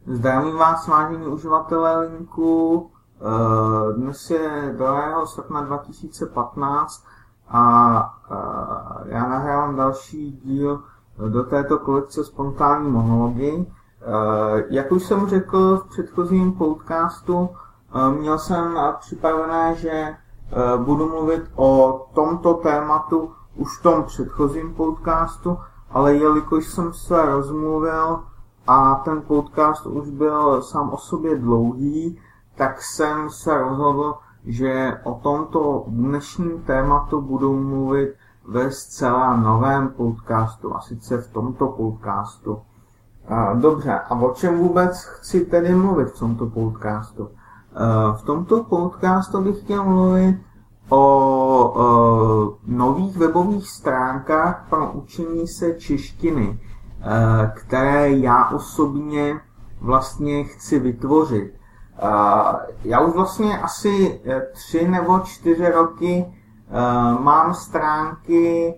Zdravím vás, vážení uživatelé linku. Dnes je 2. srpna 2015 a já nahrávám další díl do této kolekce spontánní monology. Jak už jsem řekl v předchozím podcastu, měl jsem připravené, že budu mluvit o tomto tématu už v tom předchozím podcastu, ale jelikož jsem se rozmluvil a ten podcast už byl sám o sobě dlouhý, tak jsem se rozhodl, že o tomto dnešním tématu budu mluvit ve zcela novém podcastu, a sice v tomto podcastu. Dobře, a o čem vůbec chci tedy mluvit v tomto podcastu? V tomto podcastu bych chtěl mluvit o nových webových stránkách pro učení se češtiny, které já osobně vlastně chci vytvořit. Já už vlastně asi 3 nebo 4 roky mám stránky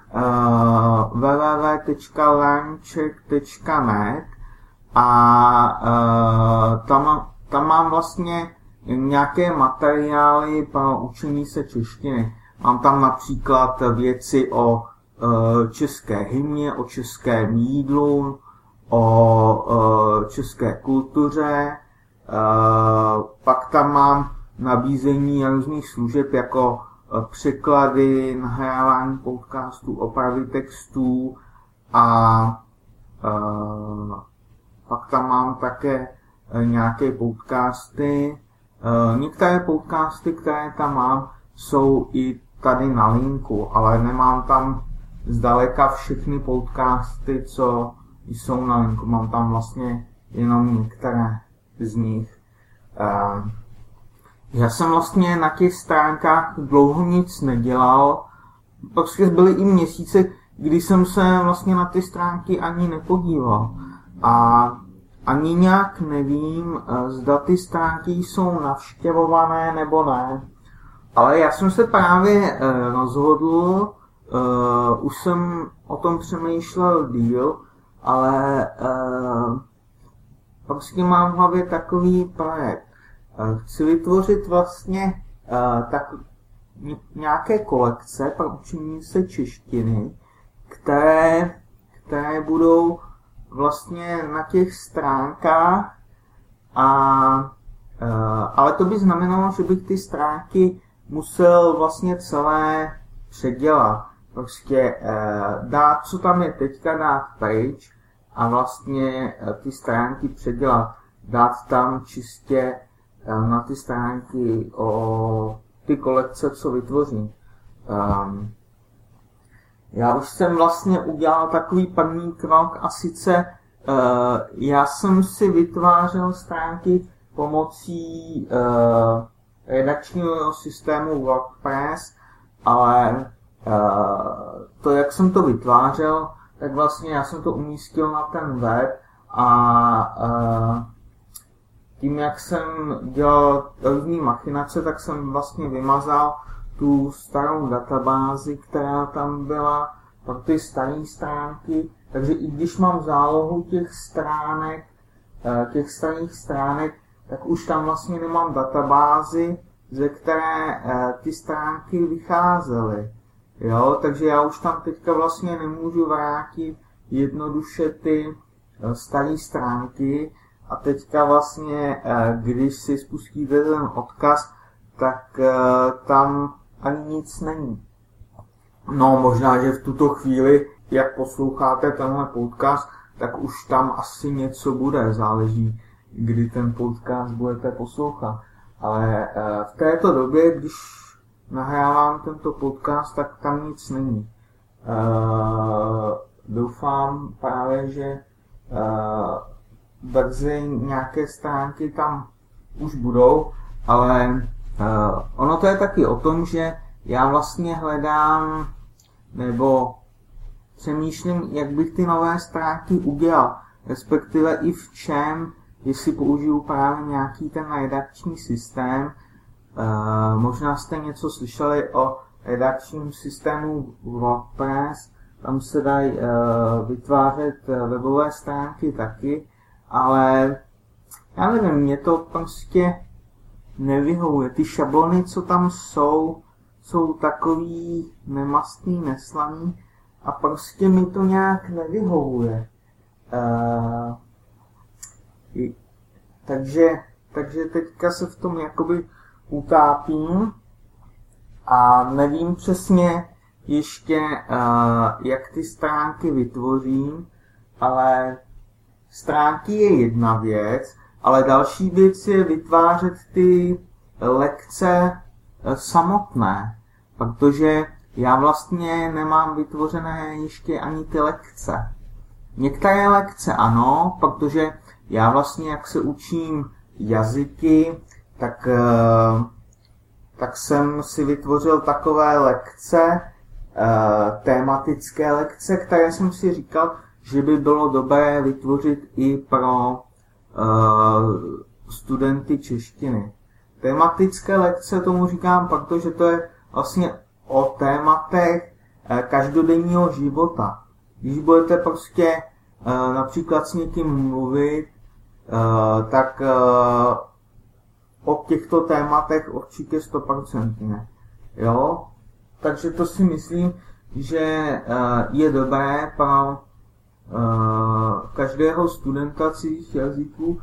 www.learncheck.net a tam mám vlastně nějaké materiály pro učení se češtiny. Mám tam například věci o české hymně, o českém jídlu, o české kultuře. Pak tam mám nabízení různých služeb jako překlady, nahrávání podcastů, opravy textů a pak tam mám také nějaké podcasty. Některé podcasty, které tam mám, jsou i tady na linku, ale nemám tam zdaleka všechny podcasty, co jsou na linku. Mám tam vlastně jenom některé z nich. Já jsem vlastně na těch stránkách dlouho nic nedělal, protože byly i měsíce, kdy jsem se vlastně na ty stránky ani nepodíval. A ani nějak nevím, zda ty stránky jsou navštěvované nebo ne. Ale já jsem se právě rozhodl, už jsem o tom přemýšlel díl, ale prostě mám v hlavě takový projekt. Chci vytvořit vlastně nějaké kolekce pro učení se češtiny, které budou vlastně na těch stránkách, ale to by znamenalo, že bych ty stránky musel vlastně celé předělat. Prostě dát, co tam je teďka, dát pryč a vlastně ty stránky předělat. Dát tam čistě na ty stránky o ty kolekce, co vytvořím. Já už jsem vlastně udělal takový první krok a sice já jsem si vytvářel stránky pomocí redakčního systému WordPress, ale to, jak jsem to vytvářel, tak vlastně já jsem to umístil na ten web a tím, jak jsem dělal různý machinace, tak jsem vlastně vymazal tu starou databázi, která tam byla pro ty staré stránky. Takže i když mám zálohu těch stránek, těch starých stránek, tak už tam vlastně nemám databázi, ze které ty stránky vycházely. Jo, takže já už tam teďka vlastně nemůžu vrátit jednoduše ty staré stránky a teďka vlastně, když si spustíte ten odkaz, tak tam ani nic není. No, možná, že v tuto chvíli, jak posloucháte tenhle podcast, tak už tam asi něco bude, záleží, kdy ten podcast budete poslouchat. Ale v této době, když nahrávám tento podcast, tak tam nic není. Doufám právě, že brzy nějaké stránky tam už budou, ale ono to je taky o tom, že já vlastně hledám nebo přemýšlím, jak bych ty nové stránky udělal, respektive i v čem, jestli použiju právě nějaký ten redakční systém. Možná jste něco slyšeli o redakčním systému WordPress, tam se dají vytvářet webové stránky taky, ale já nevím, mě to prostě nevyhovuje. Ty šablony, co tam jsou takový nemastný, neslaný a prostě mi to nějak nevyhovuje. Takže teďka se v tom jakoby utápím a nevím přesně ještě, jak ty stránky vytvořím, ale stránky je jedna věc, ale další věc je vytvářet ty lekce samotné, protože já vlastně nemám vytvořené ještě ani ty lekce. Některé lekce ano, protože já vlastně, jak se učím jazyky, tak jsem si vytvořil takové lekce, tematické lekce, které jsem si říkal, že by bylo dobré vytvořit i pro studenty češtiny. Tematické lekce tomu říkám, protože to je vlastně o tématech každodenního života. Když budete prostě například s někým mluvit, tak o těchto tématech určitě 100%. Jo? Takže to si myslím, že je dobré pro každého studenta cizích jazyků,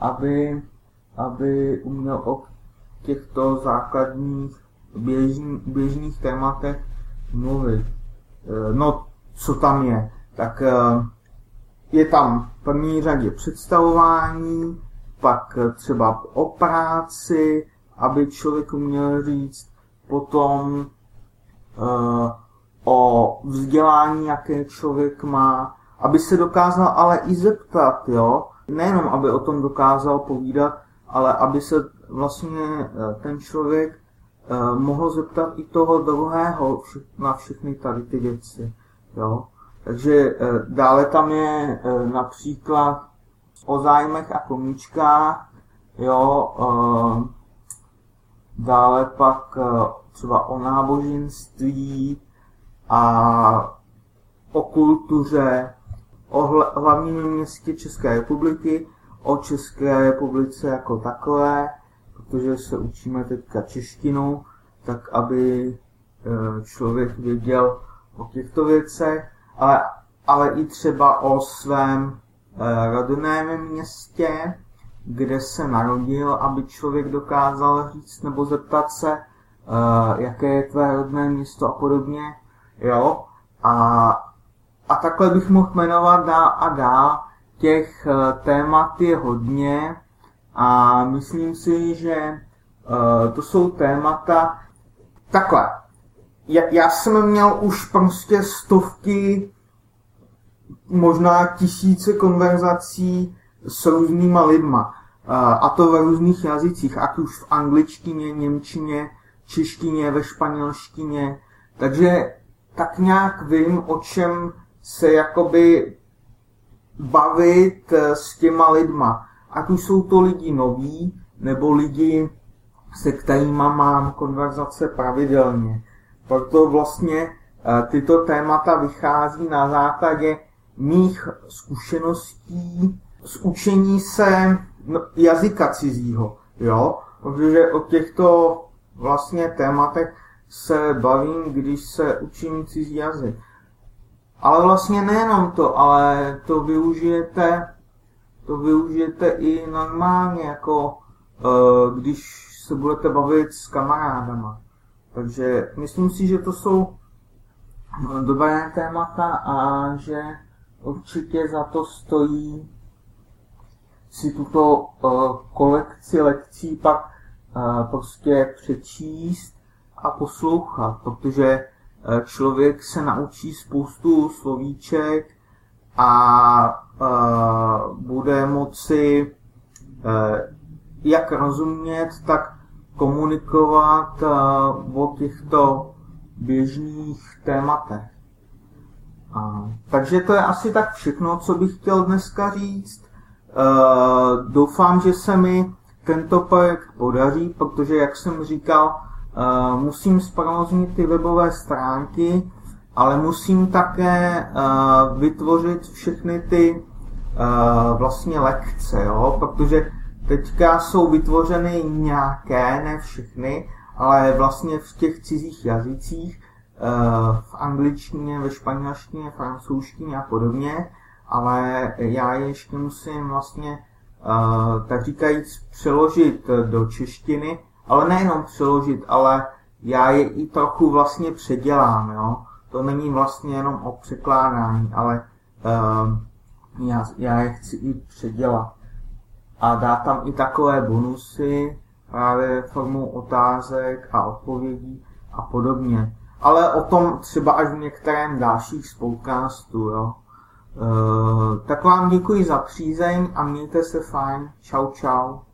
aby uměl o těchto základních běžných tématech mluvit. No, co tam je? Tak je tam v první řadě představování, pak třeba o práci, aby člověk uměl říct, potom o vzdělání, jaké člověk má, aby se dokázal ale i zeptat, jo? Nejenom, aby o tom dokázal povídat, ale aby se vlastně ten člověk mohl zeptat i toho druhého na všechny tady ty věci, jo? Takže dále tam je například o zájmech a koníčkách, jo? Dále pak třeba o náboženství a o kultuře, o hlavním městě České republiky, o České republice jako takové, protože se učíme teďka češtinu, tak aby člověk věděl o těchto věcech, ale i třeba o svém rodinném městě, kde se narodil, aby člověk dokázal říct nebo zeptat se, jaké je tvé rodné město a podobně, jo. A takhle bych mohl jmenovat dál a dál. Těch témat je hodně a myslím si, že to jsou témata takhle. Já jsem měl už prostě stovky, možná tisíce konverzací s různýma lidma. A to v různých jazycích, ať už v angličtině, němčině, češtině, ve španělštině. Takže tak nějak vím, o čem se jakoby bavit s těma lidma. Ať už jsou to lidi noví, nebo lidi, se kterými mám konverzace pravidelně. Proto vlastně tyto témata vychází na základě mých zkušeností z učení se jazyka cizího, jo? Protože o těchto vlastně tématech se bavím, když se učím cizí jazyk. Ale vlastně nejenom to, ale to využijete i normálně, jako když se budete bavit s kamarádama. Takže myslím si, že to jsou dobré témata a že určitě za to stojí si tuto kolekci lekcí pak prostě přečíst a poslouchat, protože člověk se naučí spoustu slovíček a bude moci jak rozumět, tak komunikovat o těchto běžných tématech. Takže to je asi tak všechno, co bych chtěl dneska říct. Doufám, že se mi tento projekt podaří, protože, jak jsem říkal, musím zprovoznit ty webové stránky, ale musím také vytvořit všechny ty vlastně lekce, jo? Protože teďka jsou vytvořeny nějaké, ne všechny, ale vlastně v těch cizích jazycích, v angličtině, ve španělštině, francouzštině a podobně, ale já ještě musím vlastně, tak říkajíc, přeložit do češtiny, ale nejenom přeložit, ale já je i trochu vlastně předělám, jo. To není vlastně jenom o překládání, ale já je chci i předělat. A dá tam i takové bonusy, právě formou otázek a odpovědí a podobně. Ale o tom třeba až v některém dalších z podcastů, jo. Tak vám děkuji za přízeň a mějte se fajn. Čau, čau.